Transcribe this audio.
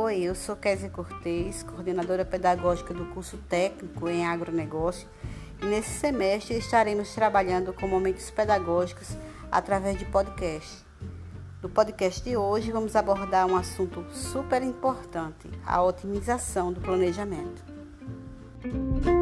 Oi, eu sou Kézia Cortez, coordenadora pedagógica do curso técnico em agronegócio, e nesse semestre estaremos trabalhando com momentos pedagógicos através de podcast. No podcast de hoje vamos abordar um assunto super importante, a otimização do planejamento.